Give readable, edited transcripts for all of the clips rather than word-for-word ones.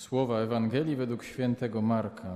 Słowa Ewangelii według świętego Marka.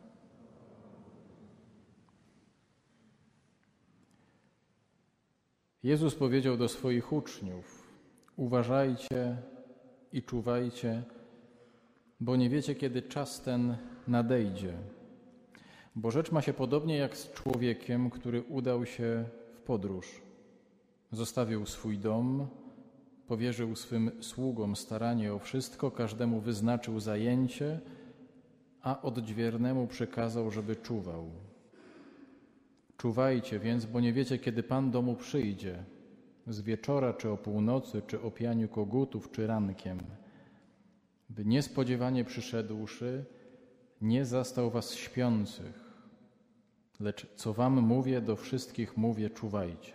Jezus powiedział do swoich uczniów: uważajcie i czuwajcie, bo nie wiecie, kiedy czas ten nadejdzie. Bo rzecz ma się podobnie jak z człowiekiem, który udał się w podróż. Zostawił swój dom, powierzył swym sługom staranie o wszystko, każdemu wyznaczył zajęcie, a odźwiernemu przykazał, żeby czuwał. Czuwajcie więc, bo nie wiecie, kiedy Pan domu przyjdzie, z wieczora, czy o północy, czy o pianiu kogutów, czy rankiem, by niespodziewanie przyszedłszy, nie zastał was śpiących. Lecz co wam mówię, do wszystkich mówię, czuwajcie.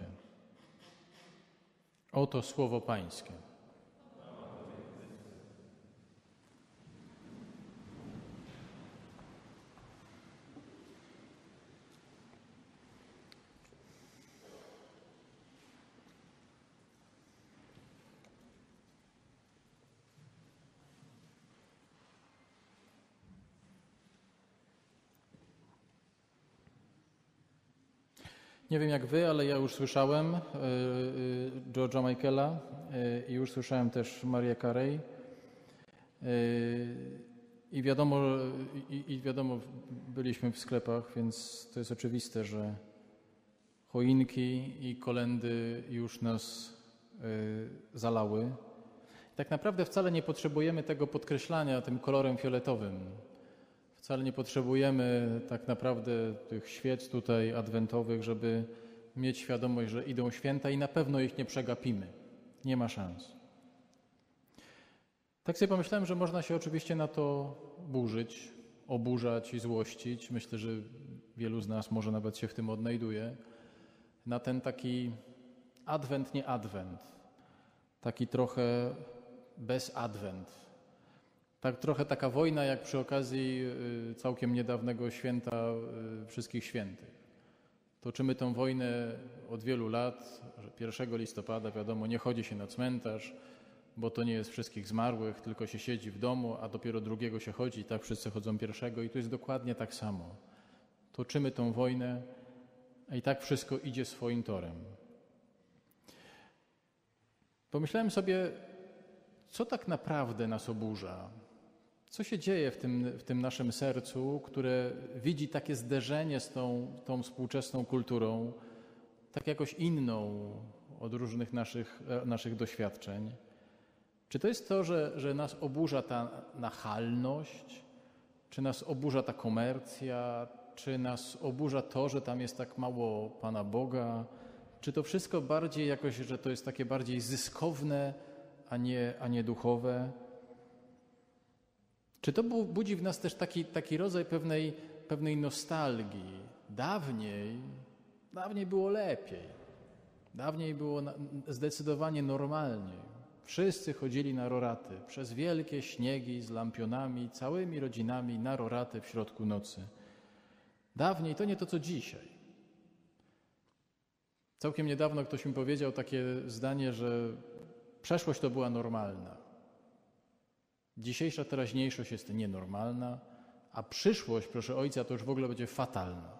Oto słowo Pańskie. Nie wiem jak wy, ale ja już słyszałem George'a Michaela i już słyszałem też Mariah Carey. I wiadomo, byliśmy w sklepach, więc to jest oczywiste, że choinki i kolędy już nas zalały. Tak naprawdę wcale nie potrzebujemy tego podkreślania tym kolorem fioletowym. Wcale nie potrzebujemy tak naprawdę tych świec tutaj adwentowych, żeby mieć świadomość, że idą święta i na pewno ich nie przegapimy. Nie ma szans. Tak sobie pomyślałem, że można się oczywiście na to burzyć, oburzać i złościć. Myślę, że wielu z nas może nawet się w tym odnajduje. Na ten taki adwent, nie adwent. Taki trochę bezadwent. Tak trochę taka wojna jak przy okazji całkiem niedawnego święta Wszystkich Świętych. Toczymy tę wojnę od wielu lat, że 1 listopada wiadomo nie chodzi się na cmentarz, bo to nie jest wszystkich zmarłych, tylko się siedzi w domu, a dopiero 2 się chodzi i tak wszyscy chodzą 1 i to jest dokładnie tak samo. Toczymy tę wojnę, a i tak wszystko idzie swoim torem. Pomyślałem sobie, co tak naprawdę nas oburza? Co się dzieje w tym naszym sercu, które widzi takie zderzenie z tą współczesną kulturą, tak jakoś inną od różnych naszych doświadczeń? Czy to jest to, że nas oburza ta nachalność? Czy nas oburza ta komercja? Czy nas oburza to, że tam jest tak mało Pana Boga? Czy to wszystko bardziej jakoś, że to jest takie bardziej zyskowne, a nie duchowe? Czy to budzi w nas też taki rodzaj pewnej nostalgii? Dawniej było lepiej. Dawniej było zdecydowanie normalniej. Wszyscy chodzili na roraty przez wielkie śniegi z lampionami, całymi rodzinami na roraty w środku nocy. Dawniej to nie to, co dzisiaj. Całkiem niedawno ktoś mi powiedział takie zdanie, że przeszłość to była normalna. Dzisiejsza teraźniejszość jest nienormalna, a przyszłość, proszę Ojca, to już w ogóle będzie fatalna.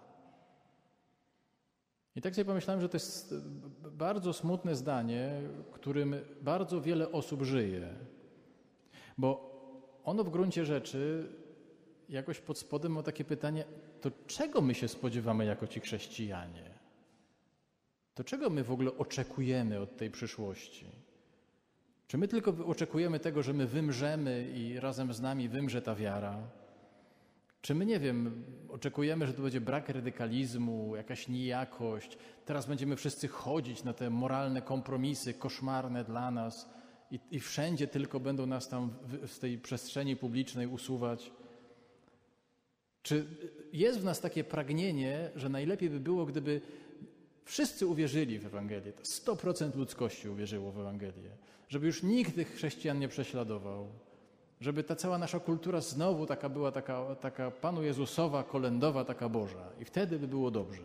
I tak sobie pomyślałem, że to jest bardzo smutne zdanie, którym bardzo wiele osób żyje. Bo ono w gruncie rzeczy jakoś pod spodem ma takie pytanie, to czego my się spodziewamy jako ci chrześcijanie? To czego my w ogóle oczekujemy od tej przyszłości? Czy my tylko oczekujemy tego, że my wymrzemy i razem z nami wymrze ta wiara? Czy my, nie wiem, oczekujemy, że to będzie brak radykalizmu, jakaś nijakość, teraz będziemy wszyscy chodzić na te moralne kompromisy koszmarne dla nas i wszędzie tylko będą nas tam z tej przestrzeni publicznej usuwać? Czy jest w nas takie pragnienie, że najlepiej by było, gdyby wszyscy uwierzyli w Ewangelię, to 100% ludzkości uwierzyło w Ewangelię, żeby już nikt tych chrześcijan nie prześladował, żeby ta cała nasza kultura znowu była taka Panu Jezusowa, kolędowa, taka Boża i wtedy by było dobrze.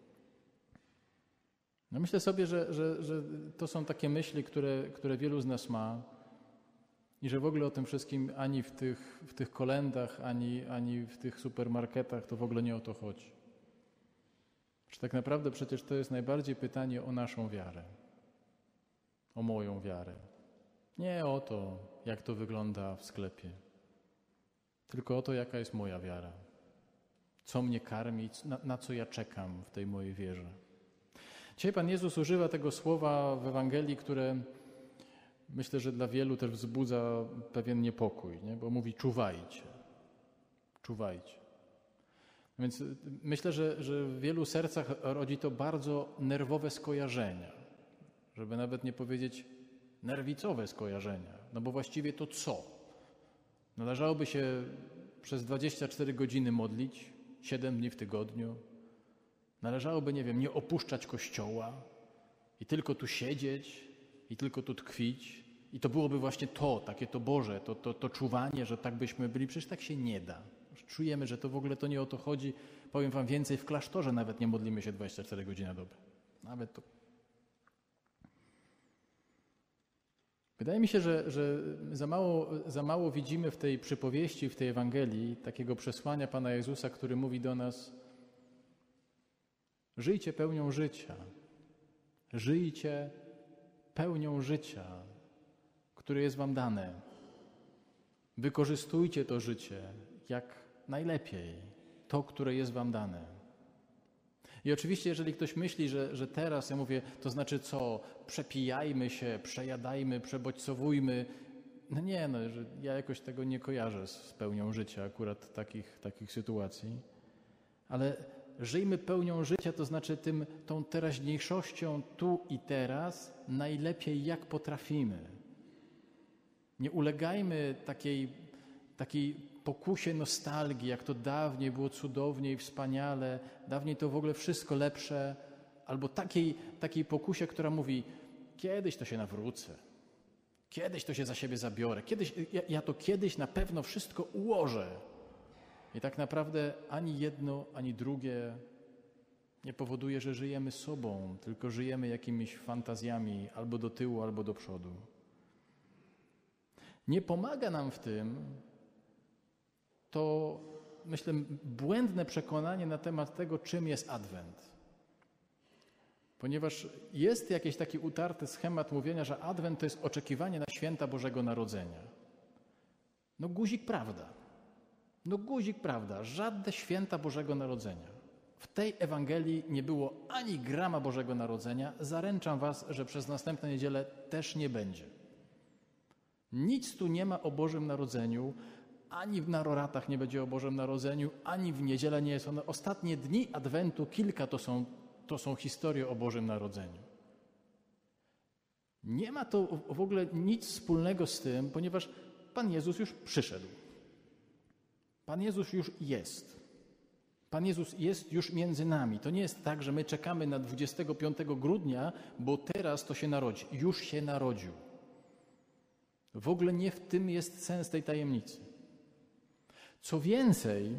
No myślę sobie, że to są takie myśli, które wielu z nas ma i że w ogóle o tym wszystkim ani w tych kolędach, ani w tych supermarketach to w ogóle nie o to chodzi. Że tak naprawdę przecież to jest najbardziej pytanie o naszą wiarę, o moją wiarę. Nie o to, jak to wygląda w sklepie, tylko o to, jaka jest moja wiara. Co mnie karmi, na co ja czekam w tej mojej wierze. Dzisiaj Pan Jezus używa tego słowa w Ewangelii, które myślę, że dla wielu też wzbudza pewien niepokój, nie? Bo mówi czuwajcie, czuwajcie. Więc myślę, że w wielu sercach rodzi to bardzo nerwowe skojarzenia, żeby nawet nie powiedzieć nerwicowe skojarzenia. No bo właściwie to co? Należałoby się przez 24 godziny modlić, 7 dni w tygodniu. Należałoby, nie wiem, nie opuszczać kościoła i tylko tu siedzieć i tylko tu tkwić. I to byłoby właśnie to, takie to Boże, to czuwanie, że tak byśmy byli. Przecież tak się nie da. Czujemy, że to w ogóle to nie o to chodzi. Powiem wam więcej, w klasztorze nawet nie modlimy się 24 godziny na dobę. Nawet to. Wydaje mi się, że za mało widzimy w tej przypowieści, w tej Ewangelii takiego przesłania Pana Jezusa, który mówi do nas: żyjcie pełnią życia. Żyjcie pełnią życia, które jest wam dane. Wykorzystujcie to życie jak najlepiej, to, które jest wam dane. I oczywiście, jeżeli ktoś myśli, że teraz, ja mówię, to znaczy co? Przepijajmy się, przejadajmy, przebodźcowujmy. No nie, że ja jakoś tego nie kojarzę z pełnią życia, akurat takich sytuacji. Ale żyjmy pełnią życia, to znaczy tą teraźniejszością tu i teraz najlepiej jak potrafimy. Nie ulegajmy takiej pokusie nostalgii, jak to dawniej było cudownie i wspaniale, dawniej to w ogóle wszystko lepsze, albo takiej pokusie, która mówi: kiedyś to się nawrócę, kiedyś to się za siebie zabiorę, ja to kiedyś na pewno wszystko ułożę. I tak naprawdę ani jedno, ani drugie nie powoduje, że żyjemy sobą, tylko żyjemy jakimiś fantazjami albo do tyłu, albo do przodu. Nie pomaga nam w tym to, myślę, błędne przekonanie na temat tego, czym jest Adwent. Ponieważ jest jakiś taki utarty schemat mówienia, że Adwent to jest oczekiwanie na święta Bożego Narodzenia. No guzik prawda. No guzik prawda. Żadne święta Bożego Narodzenia. W tej Ewangelii nie było ani grama Bożego Narodzenia. Zaręczam was, że przez następne niedzielę też nie będzie. Nic tu nie ma o Bożym Narodzeniu. Ani w naroratach nie będzie o Bożym Narodzeniu, ani w niedzielę nie jest ono. Ostatnie dni Adwentu, kilka to są historie o Bożym Narodzeniu. Nie ma to w ogóle nic wspólnego z tym, ponieważ Pan Jezus już przyszedł. Pan Jezus już jest. Pan Jezus jest już między nami. To nie jest tak, że my czekamy na 25 grudnia, bo teraz to się narodzi. Już się narodził. W ogóle nie w tym jest sens tej tajemnicy. Co więcej,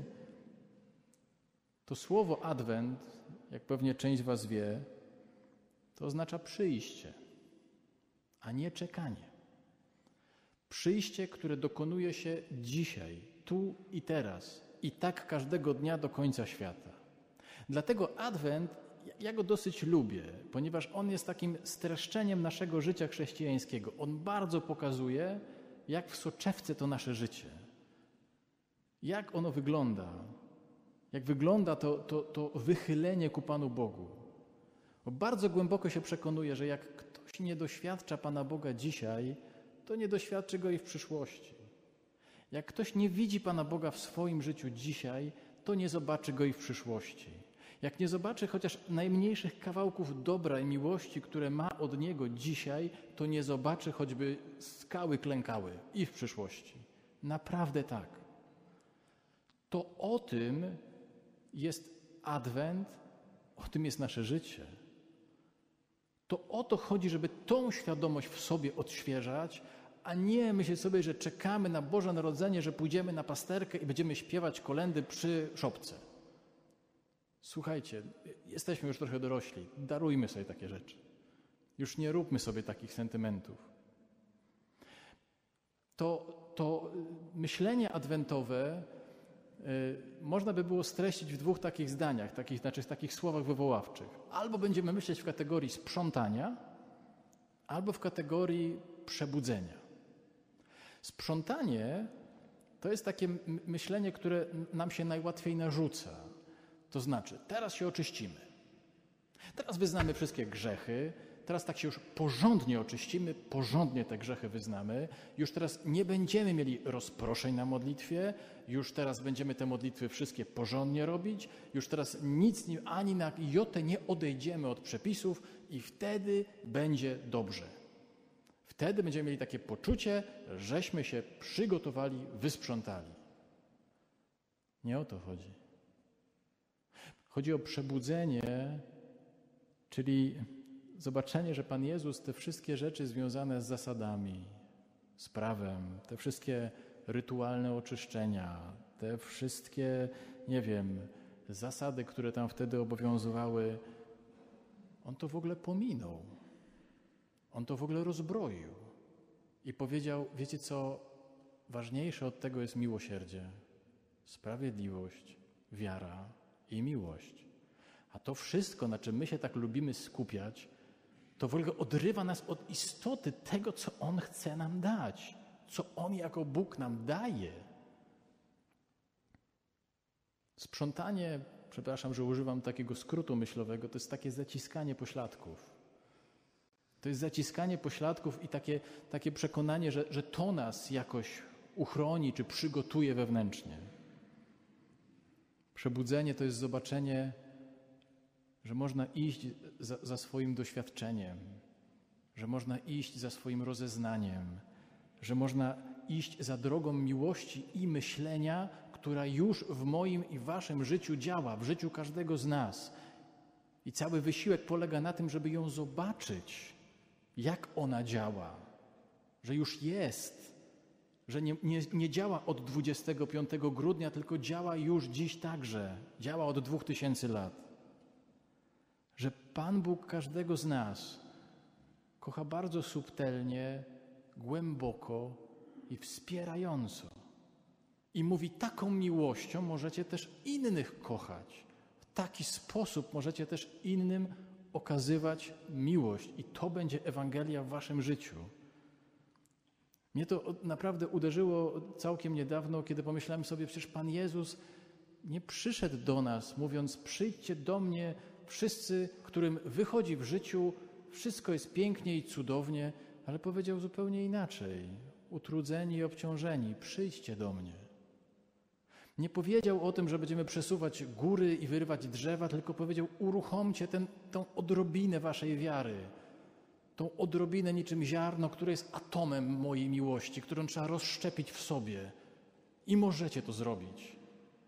to słowo Adwent, jak pewnie część z was wie, to oznacza przyjście, a nie czekanie. Przyjście, które dokonuje się dzisiaj, tu i teraz i tak każdego dnia do końca świata. Dlatego Adwent, ja go dosyć lubię, ponieważ on jest takim streszczeniem naszego życia chrześcijańskiego. On bardzo pokazuje, jak w soczewce to nasze życie. Jak ono wygląda? Jak wygląda to wychylenie ku Panu Bogu? Bo bardzo głęboko się przekonuję, że jak ktoś nie doświadcza Pana Boga dzisiaj, to nie doświadczy Go i w przyszłości. Jak ktoś nie widzi Pana Boga w swoim życiu dzisiaj, to nie zobaczy Go i w przyszłości. Jak nie zobaczy chociaż najmniejszych kawałków dobra i miłości, które ma od Niego dzisiaj, to nie zobaczy choćby skały klękały i w przyszłości. Naprawdę tak. To o tym jest Adwent, o tym jest nasze życie. To o to chodzi, żeby tą świadomość w sobie odświeżać, a nie myśleć sobie, że czekamy na Boże Narodzenie, że pójdziemy na pasterkę i będziemy śpiewać kolędy przy szopce. Słuchajcie, jesteśmy już trochę dorośli, darujmy sobie takie rzeczy. Już nie róbmy sobie takich sentymentów. To myślenie adwentowe można by było streścić w dwóch takich zdaniach, takich słowach wywoławczych. Albo będziemy myśleć w kategorii sprzątania, albo w kategorii przebudzenia. Sprzątanie to jest takie myślenie, które nam się najłatwiej narzuca. To znaczy, teraz się oczyścimy. Teraz wyznamy wszystkie grzechy. Teraz tak się już porządnie oczyścimy, porządnie te grzechy wyznamy. Już teraz nie będziemy mieli rozproszeń na modlitwie. Już teraz będziemy te modlitwy wszystkie porządnie robić. Już teraz nic ani na jotę nie odejdziemy od przepisów i wtedy będzie dobrze. Wtedy będziemy mieli takie poczucie, żeśmy się przygotowali, wysprzątali. Nie o to chodzi. Chodzi o przebudzenie, czyli zobaczenie, że Pan Jezus te wszystkie rzeczy związane z zasadami, z prawem, te wszystkie rytualne oczyszczenia, te wszystkie, zasady, które tam wtedy obowiązywały, On to w ogóle pominął. On to w ogóle rozbroił i powiedział, wiecie co, ważniejsze od tego jest miłosierdzie, sprawiedliwość, wiara i miłość. A to wszystko, na czym my się tak lubimy skupiać, to w ogóle odrywa nas od istoty tego, co On chce nam dać, co On jako Bóg nam daje. Sprzątanie, przepraszam, że używam takiego skrótu myślowego, to jest takie zaciskanie pośladków. To jest zaciskanie pośladków i takie przekonanie, że to nas jakoś uchroni czy przygotuje wewnętrznie. Przebudzenie to jest zobaczenie, że można iść za swoim doświadczeniem, że można iść za swoim rozeznaniem, że można iść za drogą miłości i myślenia, która już w moim i waszym życiu działa, w życiu każdego z nas. I cały wysiłek polega na tym, żeby ją zobaczyć, jak ona działa, że już jest, że nie działa od 25 grudnia, tylko działa już dziś także, działa od 2000 lat. Że Pan Bóg każdego z nas kocha bardzo subtelnie, głęboko i wspierająco. I mówi, taką miłością możecie też innych kochać. W taki sposób możecie też innym okazywać miłość. I to będzie Ewangelia w waszym życiu. Mnie to naprawdę uderzyło całkiem niedawno, kiedy pomyślałem sobie, przecież Pan Jezus nie przyszedł do nas, mówiąc, przyjdźcie do mnie wszyscy, którym wychodzi w życiu, wszystko jest pięknie i cudownie, ale powiedział zupełnie inaczej. Utrudzeni i obciążeni, przyjdźcie do mnie. Nie powiedział o tym, że będziemy przesuwać góry i wyrywać drzewa, tylko powiedział, uruchomcie tą odrobinę waszej wiary. Tą odrobinę niczym ziarno, które jest atomem mojej miłości, którą trzeba rozszczepić w sobie. I możecie to zrobić.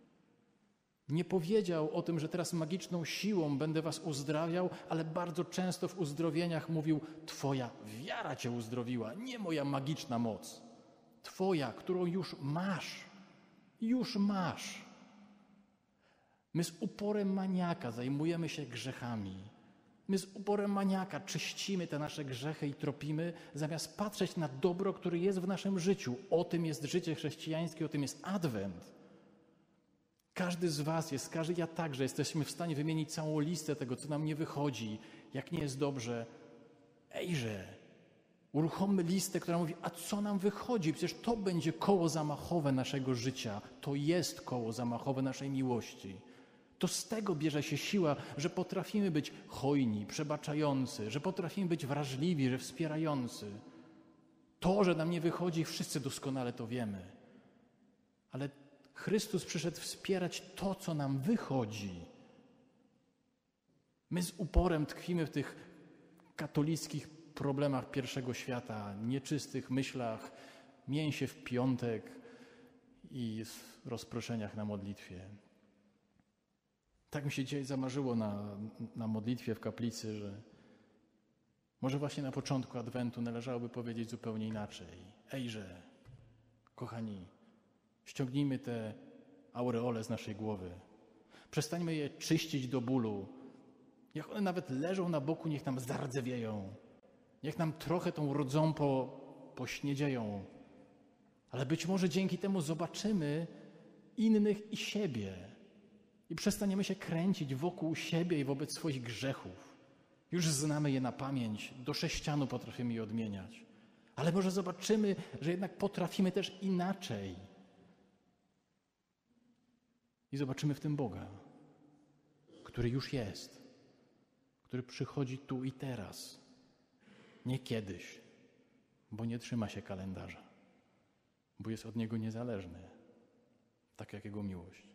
Nie powiedział o tym, że teraz magiczną siłą będę was uzdrawiał, ale bardzo często w uzdrowieniach mówił, twoja wiara cię uzdrowiła, nie moja magiczna moc. Twoja, którą już masz. Już masz. My z uporem maniaka zajmujemy się grzechami. My z uporem maniaka czyścimy te nasze grzechy i tropimy, zamiast patrzeć na dobro, które jest w naszym życiu. O tym jest życie chrześcijańskie, o tym jest Adwent. Każdy z was jest, ja także, jesteśmy w stanie wymienić całą listę tego, co nam nie wychodzi, jak nie jest dobrze. Ejże, uruchommy listę, która mówi, a co nam wychodzi? Przecież to będzie koło zamachowe naszego życia. To jest koło zamachowe naszej miłości. To z tego bierze się siła, że potrafimy być hojni, przebaczający, że potrafimy być wrażliwi, że wspierający. To, że nam nie wychodzi, wszyscy doskonale to wiemy. Ale Chrystus przyszedł wspierać to, co nam wychodzi. My z uporem tkwimy w tych katolickich problemach pierwszego świata, nieczystych myślach, mięsie w piątek i rozproszeniach na modlitwie. Tak mi się dzisiaj zamarzyło na modlitwie w kaplicy, że może właśnie na początku Adwentu należałoby powiedzieć zupełnie inaczej. Ejże, kochani, ściągnijmy te aureole z naszej głowy. Przestańmy je czyścić do bólu. Niech one nawet leżą na boku, niech nam zardzewieją. Niech nam trochę tą rdzą pośniedzieją. Ale być może dzięki temu zobaczymy innych i siebie i przestaniemy się kręcić wokół siebie i wobec swoich grzechów. Już znamy je na pamięć, do sześcianu potrafimy je odmieniać. Ale może zobaczymy, że jednak potrafimy też inaczej. I zobaczymy w tym Boga, który już jest, który przychodzi tu i teraz. Nie kiedyś, bo nie trzyma się kalendarza, bo jest od Niego niezależny, tak jak Jego miłość.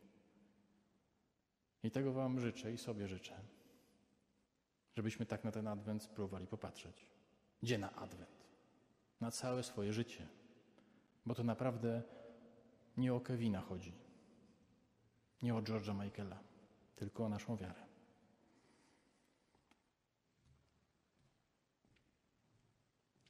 I tego Wam życzę i sobie życzę, żebyśmy tak na ten Adwent spróbowali popatrzeć. Gdzie na Adwent? Na całe swoje życie. Bo to naprawdę nie o Kevina chodzi, nie o George'a Michaela, tylko o naszą wiarę.